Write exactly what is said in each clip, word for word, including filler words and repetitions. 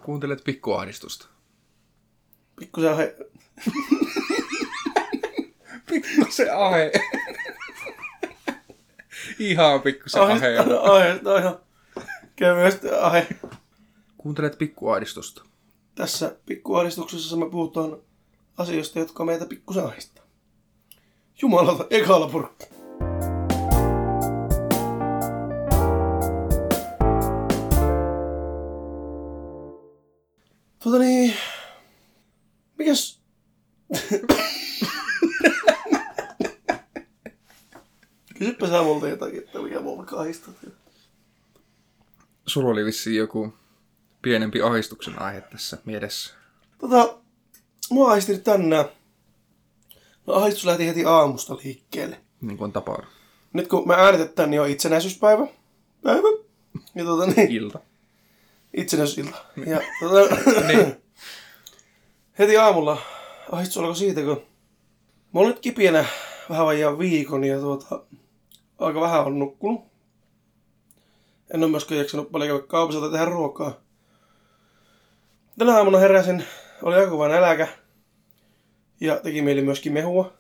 Kuuntelet pikkuahdistusta. Pikkusen ahe. Pikkusen ahe. Ihan pikkusen ahe. Ahe, no ihan kevyesti ahe. Kuuntelet pikkuahdistusta. Tässä pikkuahdistuksessa me puhutaan asioista, jotka meitä pikkusen ahdistaa. Jumalauta, ekalla purkki. Tuota niin... Mikäs... Kysyppä sä multa jotakin, että mikä mua vaikka ahdistaa. Sulla oli vissiin joku pienempi ahdistuksen aihe tässä mielessä. Tota... Mua ahdisti nyt tänään. No ahdistus lähti heti aamusta liikkeelle. Niin kuin on tapana. Nyt kun me äänitetään, niin on itsenäisyyspäivä. Päivä. Ja tota niin... Ilta. Itsenäisyysilta. Ja tota... niin. Heti aamulla ahdistus alkoi siitä, kun... Mä olin nyt kipienä vähän vajaan viikon ja tuota... Aika vähän on nukkunut. En ole myöskään jaksanut paljon käydä kaupassa tai tehdä ruokaa. Tänä aamuna heräsin. Oli aika kova nälkä. Ja teki mieli myöskin mehua.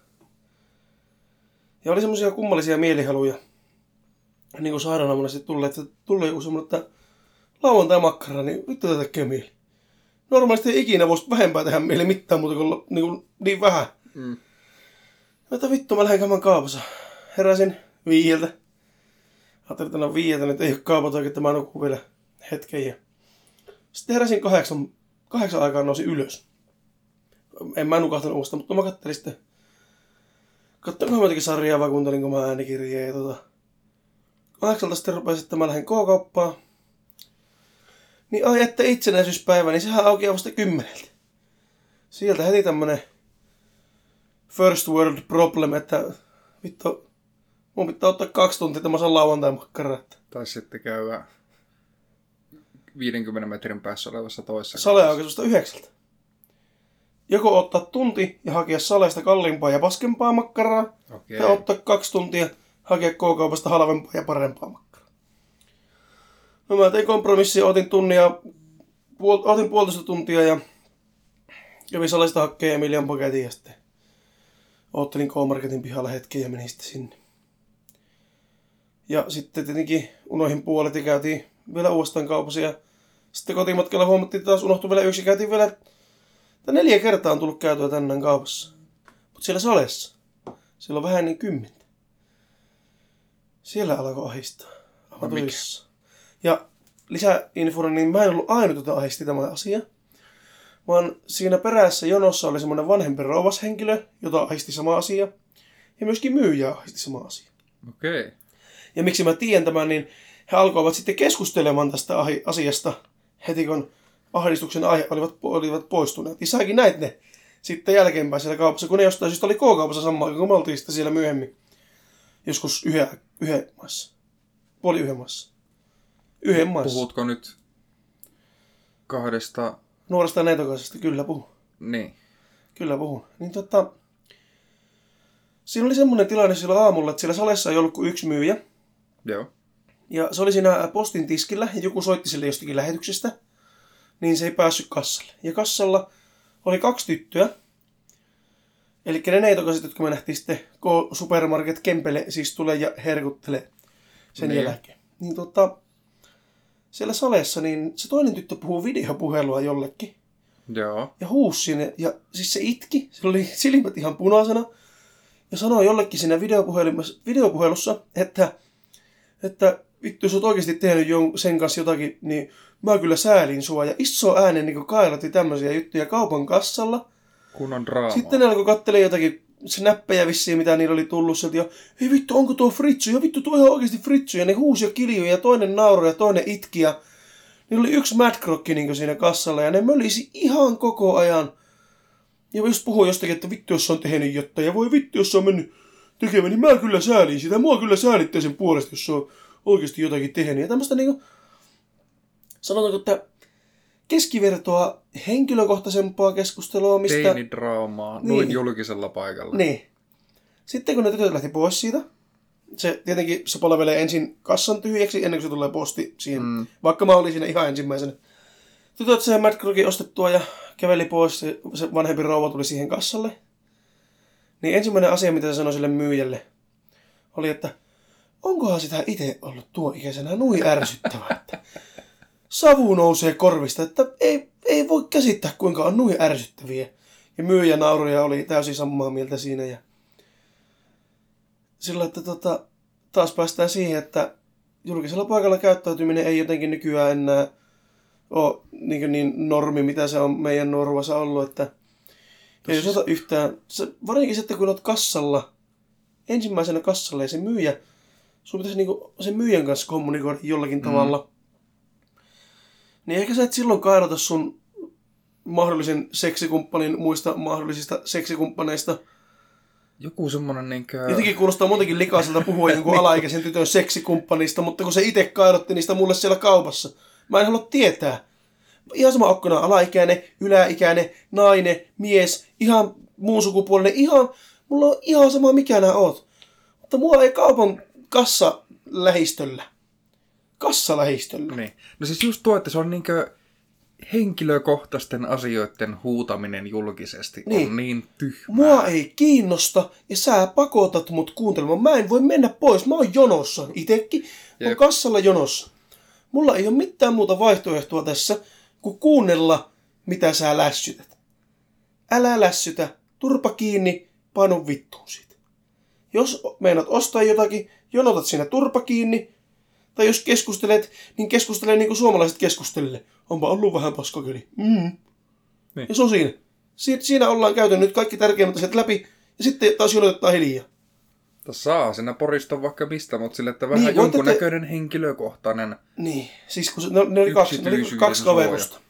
Ja oli semmosia kummallisia mielihaluja. Niin kuin sairaanaamuna sitten tuli, että tuli joku semmoinen, että lauantai makkara, niin vittu tätä tekee mieli. Normaalisti ei ikinä voisi vähempää tehdä mieli mitään muuta kuin niin, kuin, niin vähän. Mm. Mutta vittu, mä lähden käymään kaupassa. Heräsin viieltä. Ajattelin, että no viieltä, nyt ei ole kaupat oikein, että mä nukun vielä hetken. Ja... Sitten heräsin kahdeksan, kahdeksan aikaan nousin ylös. En mä nukahtanut uudestaan, mutta mä kattelin sitten. Katsoinko mä jotenkin sarjaa vai kuuntelinko mä äänikirjaa. Ja tota... Kahdeksalta sitten rupesin, että mä lähden K-kauppaan. Niin ai, että itsenäisyyspäivä, niin sehän aukeaa vasta kymmeneltä. Sieltä heti tämmönen first world problem, että vittu, mun pitää ottaa kaksi tuntia, että mä saan lauantai-makkaraa. Tai sitten käydä viidenkymmenen metrin päässä olevassa toisessa. Sale aukeaa vasta yhdeksältä. Joko ottaa tunti ja hakea Salesta kalliimpaa ja paskempaa makkaraa, okay. Ja ottaa kaksi tuntia hakea K-kaupasta halvempaa ja parempaa makkaraa. No mä tein kompromissia, otin tunnia, puol, otin puolitoista tuntia ja kävin Salesta hakkeen Emilian paketin ja sitten oottelin K-marketin pihalla hetken ja menin sitten sinne. Ja sitten tietenkin unohin puolet ja käytiin vielä uudestaan kaupassa ja sitten kotimatkalla huomattiin, että taas unohtui vielä yksi. Käytiin vielä, että neljä kertaa on tullut käytyä tänään kaupassa. Mutta siellä Salessa, siellä on vähän ennen kymmentä. Siellä alkoi ahdistaa. No mikä? Ja lisäinfona, niin mä en ollut ainut, jota ahdisti tämä asia. Vaan siinä perässä jonossa oli semmoinen vanhempi rouvas henkilö, jota ahdisti sama asia. Ja myöskin myyjä ahdisti sama asia. Okei. Okay. Ja miksi mä tiedän tämän, niin he alkoivat sitten keskustelemaan tästä asiasta heti kun ahdistuksen aihe olivat, olivat poistuneet. Isäkin näit ne sitten jälkeenpäin siellä kaupassa, kun ne jostain syystä oli K-kaupassa samaan, kun me oltiin sitten siellä myöhemmin. Joskus yhden, yhden maassa. Puoli yhden maassa. Yhden maassa. Puhutko nyt kahdesta... Nuoresta neitokaisesta, kyllä puhun. Niin. Kyllä puhun. Niin tota... Siinä oli semmoinen tilanne silloin aamulla, että siellä Salessa ei ollut kuin yksi myyjä. Joo. Ja se oli siinä postin tiskillä ja joku soitti sille jostakin lähetyksestä. Niin se ei päässyt kassalle. Ja kassalla oli kaksi tyttöä. Eli ne neitokaiset, jotka me nähtiin sitten Supermarket Kempele, siis tulee ja herkuttelee sen niin. Jälkeen. Niin tota... Siellä Salessa, niin se toinen tyttö puhuu videopuhelua jollekin. Joo. Ja huusi sinne. Ja siis se itki. Sillä oli silmät ihan punaisena. Ja sanoi jollekin siinä videopuhelussa, että, että vittu, jos olet oikeasti tehnyt sen kanssa jotakin, niin mä kyllä säälin sua. Ja iso äänen niin kailatti tämmöisiä juttuja kaupan kassalla. Kunnon draamaa. Sitten ne alkoi katselemaan jotakin snappeja vissiin, mitä niillä oli tullut sieltä. Ja hei vittu, onko tuo fritsu? Ja vittu, tuo ihan oikeasti fritsu. Ja ne huusi ja kiljui ja toinen nauroi ja toinen itki. Ja niillä oli yksi Mad Crocki niin siinä kassalla ja ne mölisi ihan koko ajan. Ja just puhui jostakin, että vittu, jos on tehnyt jotain. Ja voi vittu, jos on mennyt tekemään, niin mä kyllä säälin sitä. Mua kyllä säälittää sen puolesta, jos on oikeasti jotakin tehnyt. Ja tämmöistä niinku, sanotaanko, että keskivertoa henkilökohtaisempaa keskustelua, mistä... Teinidraamaa, niin. Noin julkisella paikalla. Niin. Sitten kun ne tytöt lähti pois siitä, se tietenkin se palvelee ensin kassan tyhjäksi, ennen kuin se tulee posti siihen. Mm. Vaikka mä olin siinä ihan ensimmäisenä. tytöt sai Mad Crokin ostettua ja käveli pois. Se vanhempi rouva tuli siihen kassalle. Niin ensimmäinen asia, mitä se sanoi sille myyjälle, oli, että onkohan sitä itse ollut tuo ikäisenä nui ärsyttävää, että savu nousee korvista, että ei, ei voi käsittää, kuinka on nui ärsyttäviä. Ja myyjä nauroi ja oli täysin samaa mieltä siinä. Ja sillä, että tota, taas päästään siihen, että julkisella paikalla käyttäytyminen ei jotenkin nykyään enää ole niin, niin normi, mitä se on meidän nuoruudessa ollut, että ei osata yhtään. Se, varsinkin sitten, kun olet kassalla, ensimmäisenä kassalla ja se myyjä, sun pitäisi niin kuin, sen myyjän kanssa kommunikoida jollakin mm. tavalla. Niin ehkä sä et silloin kairata sun mahdollisen seksikumppanin muista mahdollisista seksikumppaneista. Joku semmonen niinkö... Jotenkin kuulostaa muutenkin likaiselta puhua jonkun alaikäisen tytön seksikumppanista, mutta kun se itse kairotti niistä mulle siellä kaupassa, mä en halua tietää. Ihan sama okkona, alaikäinen, yläikäinen, nainen, mies, ihan muun sukupuolinen, ihan, mulla on ihan sama mikä nää oot. Mutta mua ei kaupan kassa lähistöllä. Kassa lähistöllä. Niin. No siis just tuo, että se on niinkö henkilökohtaisten asioiden huutaminen julkisesti niin. On niin tyhmää. Mua ei kiinnosta ja sä pakotat mut kuuntelemaan. Mä en voi mennä pois. Mä oon jonossa itekin. Mä oon kassalla jonossa. Mulla ei ole mitään muuta vaihtoehtoa tässä kuin kuunnella, mitä sä lässytät. Älä lässytä. Turpa kiinni. Painu vittuun siitä. Jos meinaat ostaa jotakin, jonotat siinä turpa kiinni. Tai jos keskustelet, niin keskustele niin kuin suomalaiset keskustelee. Onpa ollut vähän paskakyli. Mm. Niin. Ja se on siinä. Si- siinä ollaan käyty nyt kaikki tärkeimmät asiat läpi. Ja sitten taas jonotetaan hiljaa. Saa sinä poriston vaikka mistä, mutta sille, että vähän niin, jonkunnäköinen te... henkilökohtainen. Niin, siis kun se, ne, ne oli kaksi, ne oli kaksi kaverusta.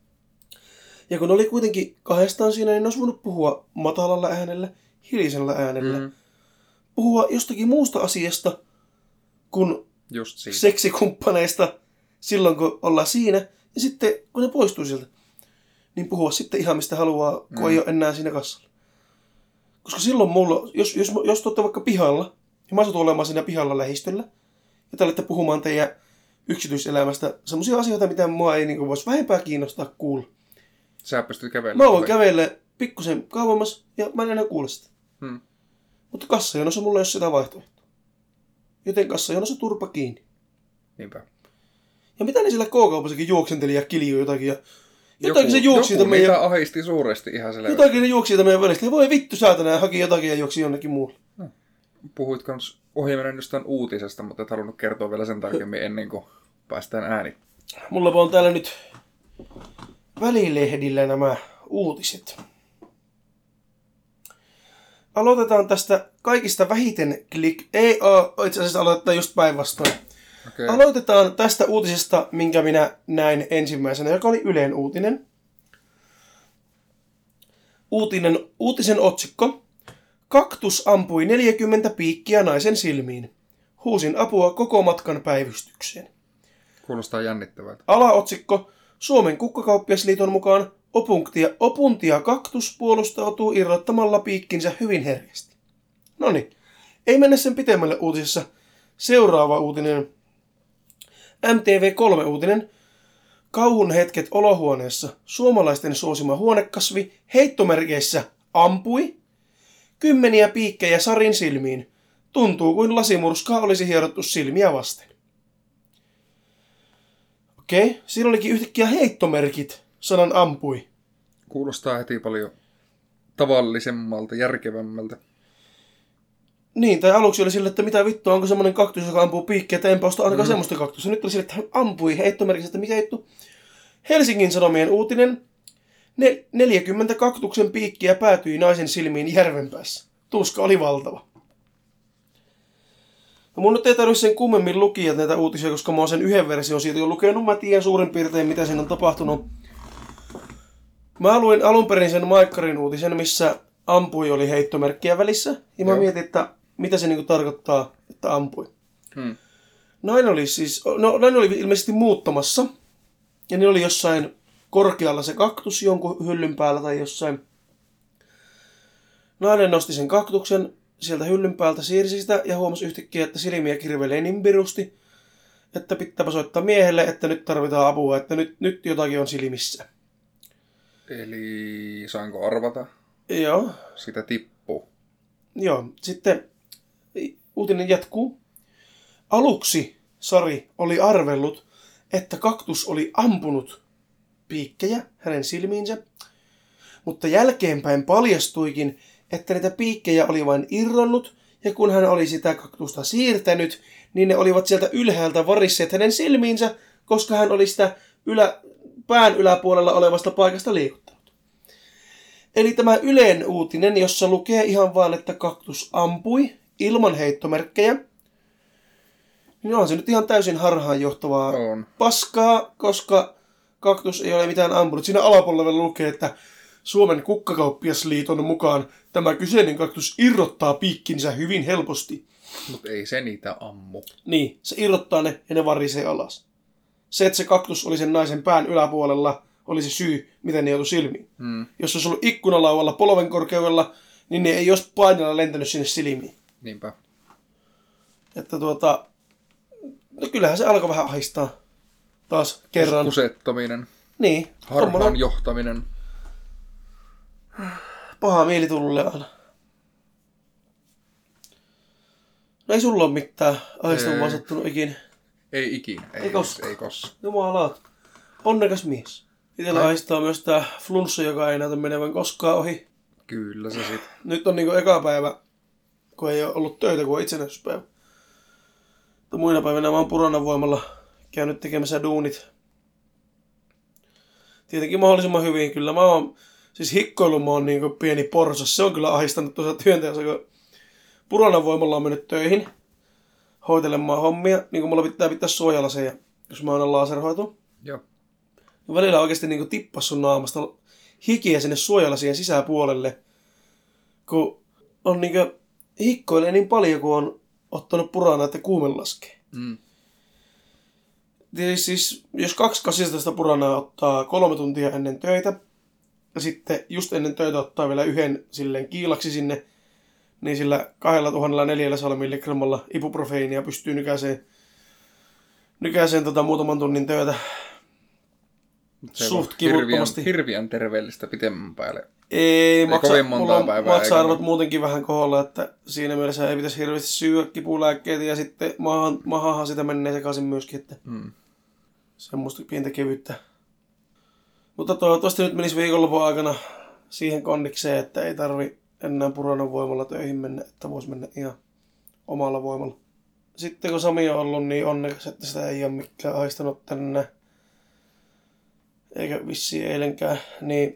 Ja kun ne oli kuitenkin kahdestaan siinä, niin ne olisi voinut puhua matalalla äänellä, hiljaisella äänellä. Mm. Puhua jostakin muusta asiasta kuin seksikumppaneista silloin, kun ollaan siinä. Ja sitten, kun ne poistuu sieltä, niin puhua sitten ihan mistä haluaa, kun mm. ei ole enää siinä kassalla. Koska silloin mulla, jos, jos, jos te olette vaikka pihalla, ja mä satun olemaan siinä pihalla lähistöllä, ja te olette puhumaan teidän yksityiselämästä semmoisia asioita, mitä mua ei niin voisi vähempää kiinnostaa kuulla. Sä pystyt kävelemään. Mä voin kävellä pikkusen kauemmas, ja mä en enää kuule sitä. Hmm. Mutta kassajonossa mulla ei ole sitä vaihtoehtoa. Joten kassajonossa turpa kiinni. Niinpä. Ja mitä ne siellä K-kaupassakin juoksenteli ja kiljui jotakin, ja jotakin joku, se juoksi siitä meidän... Joku ahisti suuresti ihan selvästi. Jotakin ne juoksi siitä meidän välistä. Ja voi vittu säätänä ja haki jotakin ja juoksi jonnekin muulle. No. Puhuit kans ohimennen jostain uutisesta, mutta et halunnut kertoa vielä sen tarkemmin ennen kuin päästään ääni. Mulla on täällä nyt välilehdillä nämä uutiset. Aloitetaan tästä kaikista vähiten klik... Ei oo, itse asiassa aloitetaan just päinvastoin. Okay. Aloitetaan tästä uutisesta, minkä minä näin ensimmäisenä, joka oli Ylen uutinen. Uutinen, uutisen otsikko. Kaktus ampui neljäkymmentä piikkiä naisen silmiin. Huusin apua koko matkan päivystykseen. Kuulostaa jännittävältä. Alaotsikko. Suomen kukkakauppiasliiton mukaan opuntia, opuntia kaktus puolustautuu irrottamalla piikkinsä hyvin herkästi. Noniin, ei mennä sen pitemmälle uutisessa. Seuraava uutinen. M T V kolme uutinen. Kauhun hetket olohuoneessa. Suomalaisten suosima huonekasvi heittomerkeissä ampui kymmeniä piikkejä Sarin silmiin. Tuntuu kuin lasimurskaa olisi hierottu silmiä vasten. Okei, okay. Siinä olikin yhtäkkiä heittomerkit sanan ampui. Kuulostaa heti paljon tavallisemmalta, järkevämmältä. Niin, tai aluksi oli sille, että mitä vittua, onko semmoinen kaktus, joka ampuu piikkiä, että enpä osta ainakaan mm. semmoista kaktusta. Nyt oli sille, että hän ampui heittomerkissä, että mikä juttu. Helsingin Sanomien uutinen. Ne- neljäkymmentä kaktuksen piikkiä päätyi naisen silmiin Järvenpäässä. Tuska oli valtava. No mun nyt ei tarvitse sen kummemmin lukia näitä uutisia, koska mä oon sen yhden version siitä jo lukenut. Mä tiedän suurin piirtein, mitä siinä on tapahtunut. Mä luin alun perin sen Maikkarin uutisen, missä ampui oli heittomerkkiä välissä. Ja mä Joo. mietin, että mitä se niinku tarkoittaa, että ampui. Hmm. Nainen oli siis, no nainen oli ilmeisesti muuttamassa. Ja ne oli jossain korkealla se kaktus jonkun hyllyn päällä tai jossain. Nainen nosti sen kaktuksen sieltä hyllyn päältä, siirsi sitä ja huomasi yhtäkkiä, että silmiä kirvelee niin pirusti, että pitääpä soittaa miehelle, että nyt tarvitaan apua, että nyt, nyt jotakin on silmissä. Eli saanko arvata? Joo. Sitä tippuu. Joo, sitten uutinen jatkuu. Aluksi Sari oli arvellut, että kaktus oli ampunut piikkejä hänen silmiinsä, mutta jälkeenpäin paljastuikin, että niitä piikkejä oli vain irronnut, ja kun hän oli sitä kaktusta siirtänyt, niin ne olivat sieltä ylhäältä varisseet hänen silmiinsä, koska hän oli sitä ylä, pään yläpuolella olevasta paikasta liikuttanut. Eli tämä Ylen uutinen, jossa lukee ihan vaan, että kaktus ampui ilman heittomerkkejä, niin on se nyt ihan täysin harhaanjohtavaa on. paskaa, koska kaktus ei ole mitään ampunut. Siinä alapuolella lukee, että Suomen kukkakauppiasliiton mukaan tämä kyseinen kaktus irrottaa piikkinsä hyvin helposti. Mutta ei se niitä ammu. Niin, se irrottaa ne ja ne varisee alas. Se, että se kaktus oli sen naisen pään yläpuolella, oli se syy, miten ne joutui silmiin. Hmm. Jos se olisi ollut ikkunalauvalla polven korkeudella, niin ne ei olisi painella lentänyt sinne silmiin. Niinpä. Että tuota, no kyllähän se alkoi vähän ahistaa taas kerran. Kusettaminen. Niin. Harhaan tommonen johtaminen. paha mieli tullulle aina. No ei sulla ole mitään ahistavaa sattunut ikinä. Ei ikinä. Ei, Ei koskaan. Ei koskaan. Jumalaat. Onnekas mies. Itellä Ai. ahistaa myös tää flunssa, joka ei näytä menevän koskaan ohi. Kyllä se sit. Nyt on niinku eka päivä, kun ei ole ollut töitä, kun on itsenäisyyspäivä. Mutta muina päivinä mä oon Puranan voimalla käynyt tekemässä duunit. Tietenkin mahdollisimman hyvin. Kyllä mä oon, siis hikkoilu mä oon niinku pieni porsas. Se on kyllä ahistanut tuossa työnteossa, kun Puranan voimalla on mennyt töihin hoitelemaan hommia. Niin kuin mulla pitää pitää suojalaseja, jos mä annan laserhoitoa. Joo. Ja välillä oikeasti niinku tippas sun naamasta hikiä sinne suojalasien sisäpuolelle, kun on niinku hikkoilee niin paljon, kun on ottanut Puranaa, että kuume laskee. Mm. Siis jos kaksi kasistasta Puranaa ottaa kolme tuntia ennen töitä, ja sitten just ennen töitä ottaa vielä yhden silleen kiilaksi sinne, niin sillä kaksituhattaneljäsataa milligrammalla ibuprofeiinia pystyy nykäiseen, nykäiseen tota muutaman tunnin töitä. Se Suht hirviän, kivuttomasti. hirviän terveellistä pitemmän päälle. Ei, maksa, kovin montaa mulla on päivää, maksa-arvot eikä- muutenkin vähän koholla, että siinä mielessä ei pitäisi hirveästi syödä kipulääkkeitä ja sitten mahan, mahahan sitä menee sekaisin myöskin, että Mm. semmoista pientä kevyttä. Mutta toivottavasti nyt menisi viikonlopun aikana siihen kondikseen, että ei tarvi enää Puranan voimalla töihin mennä, että voisi mennä ihan omalla voimalla. Sitten kun Sami on ollut niin onnekas, että sitä ei ole mikään aistanut tänne, eikä vissiin eilenkään, niin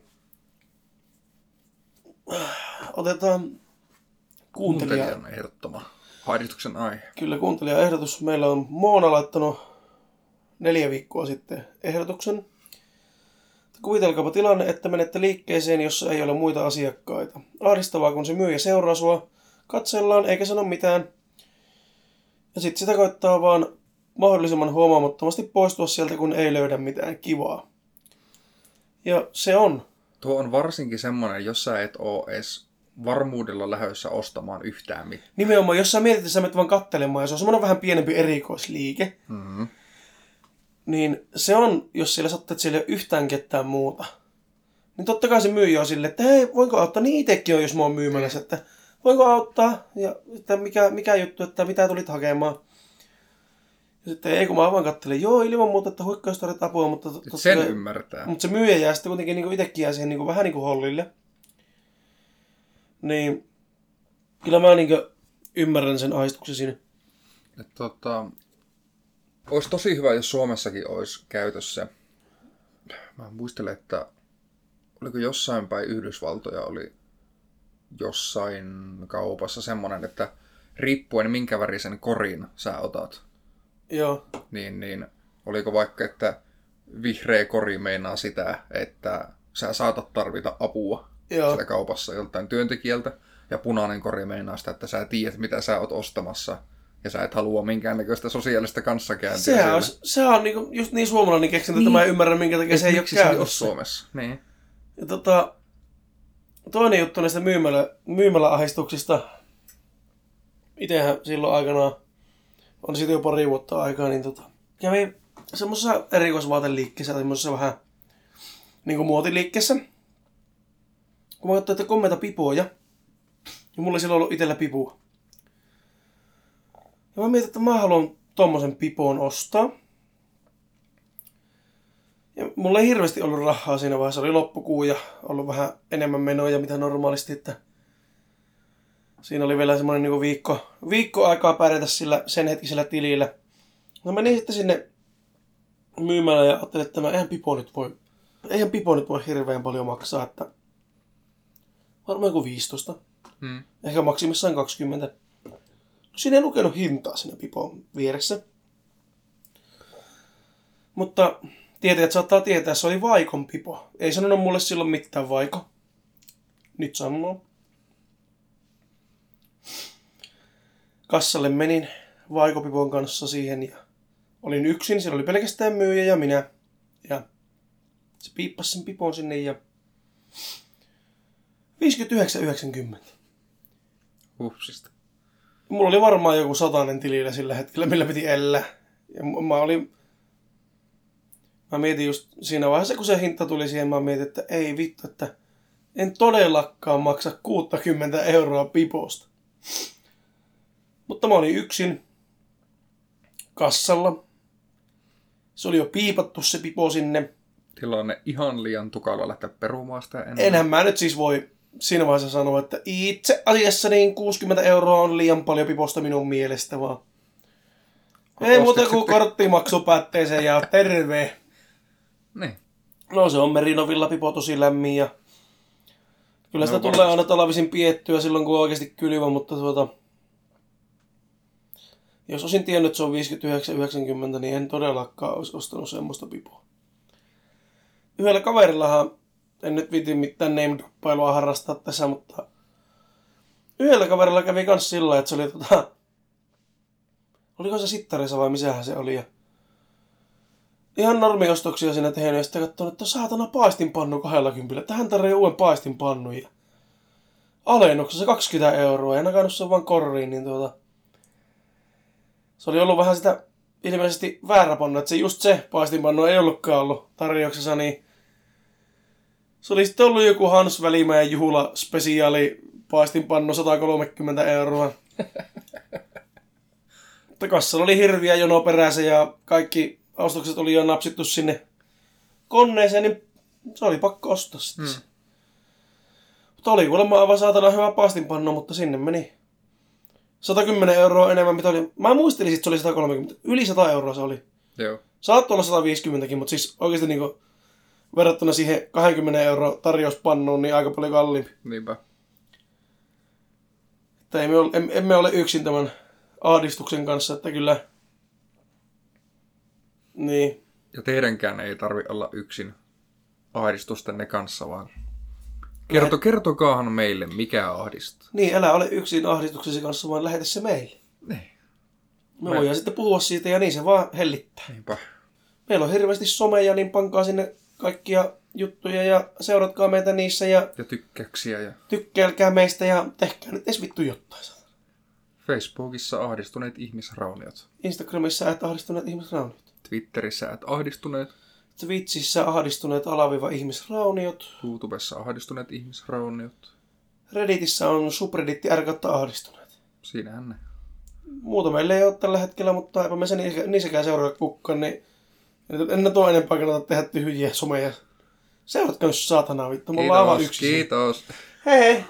otetaan kuuntelija. Kuuntelijan ehdottoma harjoituksen aihe. Kyllä kuuntelijaehdotus. Meillä on Moona laittanut neljä viikkoa sitten ehdotuksen. Kuvitelkaapa tilanne, että menette liikkeeseen, jossa ei ole muita asiakkaita. Ahdistavaa, kun se myyjä seuraa sua. Katsellaan eikä sano mitään. Ja sitten sitä koittaa vaan mahdollisimman huomaamattomasti poistua sieltä, kun ei löydä mitään kivaa. Ja se on. Tuo on varsinkin semmoinen, jos sä et oo edes varmuudella lähdössä ostamaan yhtään mitään. Nimenomaan, jos sä mietit, että sä menet vaan katselemaan, ja se on semmoinen vähän pienempi erikoisliike, Mm-hmm. niin se on, jos siellä sattuu, että siellä ei ole yhtään ketään muuta. Niin totta kai se myyjä on silleen, että hei, voinko auttaa? Niin itsekin on, jos mä oon myymälässä, että voinko auttaa? Ja että mikä, mikä juttu, että mitä tulit hakemaan? Ja sitten ei, kun mä vaan katselen, joo, ilman muuta, että huikka, jos tarvitset apua, mutta... Totta, Sen kai- ymmärtää. Mutta se myyjä jää sitten kuitenkin niin itsekin jää siihen niin vähän niin kuin hollille. Niin kyllä mä niin ymmärrän sen ahistuksen siinä. Et, tota, olisi tosi hyvä, jos Suomessakin olisi käytössä. Mä muistelen, että oliko jossain päin Yhdysvaltoja oli jossain kaupassa semmoinen, että riippuen minkä värisen korin sä otat, Joo. niin, niin oliko vaikka, että vihreä kori meinaa sitä, että sä saatat tarvita apua Joo. siellä kaupassa joltain työntekijältä, ja punainen kori meinaa sitä, että sä tiedät, mitä sä oot ostamassa, ja sä et halua minkäännäköistä sosiaalista kanssakäyntiä. Sehän siellä. on, sehän on niinku, just niin suomalainen keksintö, että Niin. mä en ymmärrä, minkä takia Et se ei ole miksi se ei ole käytössä. Suomessa? Niin. Ja tota, toinen juttu näistä myymälä, myymäläahistuksista. Itsehän silloin aikanaan, on siitä jo pari vuotta aikaa, niin tota, kävin semmoisessa erikoisvaateliikkeessä, semmoisessa vähän niinku muotiliikkeessä. Kun mä katsoin, että kommenta pipoja, niin mulla ei silloin ollut itsellä pipua. Ja mä mietin, että mä haluan tommosen pipoon ostaa. Ja mulla ei hirveästi ollut rahaa siinä vaiheessa, oli loppukuu ja ollut vähän enemmän menoja mitä normaalisti, että siinä oli vielä semmoinen niinku viikko, viikko aikaa pärjätä sillä sen hetkisellä tilillä. Mä menin sitten sinne myymälä ja ajattelin, että no eihän pipo nyt voi, eihän pipo nyt voi hirveän paljon maksaa, että varmaan joku viisitoista. Hmm. Ehkä maksimissaan kaksikymmentä. No, siinä ei lukenut hintaa siinä pipon vieressä. Mutta tietäjät saattaa tietää, se oli Vaikon pipo. Ei sanonut mulle silloin mitään Vaiko. Nyt sanoo. Kassalle menin Vaiko-pipon kanssa siihen ja olin yksin. Siellä oli pelkästään myyjä ja minä. Ja se piippasi sen pipon sinne ja viisikymmentäyhdeksän yhdeksänkymmentä. Hupsista. Mulla oli varmaan joku satanen tilillä sillä hetkellä, millä piti elää. Ja mä olin... Mä mietin just siinä vaiheessa, kun se hinta tuli siihen, mä mietin, että ei vittu, että en todellakaan maksa kuusikymmentä euroa piposta. Mutta mä olin yksin kassalla. Se oli jo piipattu se pipo sinne. Tilanne ihan liian tukala lähteä perumaan sitä enää. Enhän mä nyt siis voi siinä vaiheessa sanoa, että itse asiassa niin kuusikymmentä euroa on liian paljon piposta minun mielestä vaan. Ei muuta kuin korttimaksu päätteeseen ja terve. Niin. No se on Merinovilla pipo tosi lämmin ja kyllä sitä no, tulee varmasti aina talvisin piettyä silloin kun on oikeasti kylmä, mutta tuota... Jos olisin tiennyt, että se on viisikymmentäyhdeksän yhdeksänkymmentä, niin en todellakaan olisi ostanut semmoista pipoa. Yhdellä kaverillahan, en nyt viiti mitään name-droppailua harrastaa tässä, mutta yhdellä kaverilla kävi kans sillä lailla, että se oli tota... Oliko se Sittarissa vai missähän se oli? Ja ihan normiostoksia siinä tehnyt ja sitten katsonut, että saatana paistinpannu kaksikymmentä. Tähän tarjoaa uuden paistinpannun ja alennuksessa kaksikymmentä euroa ja nakannut sen vaan korriin, niin tuota... Se oli ollut vähän sitä ilmeisesti väärä pannu, että se just se paistinpannu ei ollutkaan ollut tarjouksessa, niin se oli sitten ollut joku Hans Välimäen juhla spesiaali paistinpannu sata kolmekymmentä euroa. Mutta kassalla oli hirviä jono perässä ja kaikki ostokset oli jo napsittu sinne koneeseen, niin se oli pakko ostaa sitten. Hmm. Mutta oli kuulemma aivan saatana hyvä paistinpannu, mutta sinne meni sata kymmenen euroa enemmän, mitä oli. Mä muistelin, että se oli sata kolmekymmentä. Yli sata euroa se oli. Joo. Saattoi olla sata viisikymmentäkin, mutta siis oikeasti niinku verrattuna siihen kaksikymmentä euroa tarjouspannuun, niin aika paljon kalliimpi. Niinpä. Että emme ole, emme ole yksin tämän ahdistuksen kanssa, että kyllä... Niin. Ja teidänkään ei tarvi olla yksin ahdistustenne kanssa, vaan Kerto, kertokaahan meille, mikä ahdistaa. Niin, älä ole yksin ahdistuksesi kanssa, vaan lähetä se meille. Niin. Me voidaan sitten puhua siitä ja niin se vaan hellittää. Niinpä. Meillä on hirveästi someja, niin pankaa sinne kaikkia juttuja ja seuratkaa meitä niissä ja... Ja tykkäyksiä ja... Tykkäilkää meistä ja tehkää nyt edes vittu jotain. Facebookissa ahdistuneet ihmisrauniot. Instagramissa et ahdistuneet ihmisrauniot. Twitterissä et ahdistuneet. Twitchissä ahdistuneet alaviva ihmisrauniot. YouTubessa ahdistuneet ihmisrauniot. Redditissä on subredditti r kautta ahdistuneet. Siinähän ne. Muuta meillä ei ole tällä hetkellä, mutta eipä me sen niissäkään seuraa kukkaan, niin en tuo enempää kannata tehdä tyhjiä someja. Seuratkaa nyt saatanaa vittu, me ollaan aivan yksin. Kiitos. Hei hei!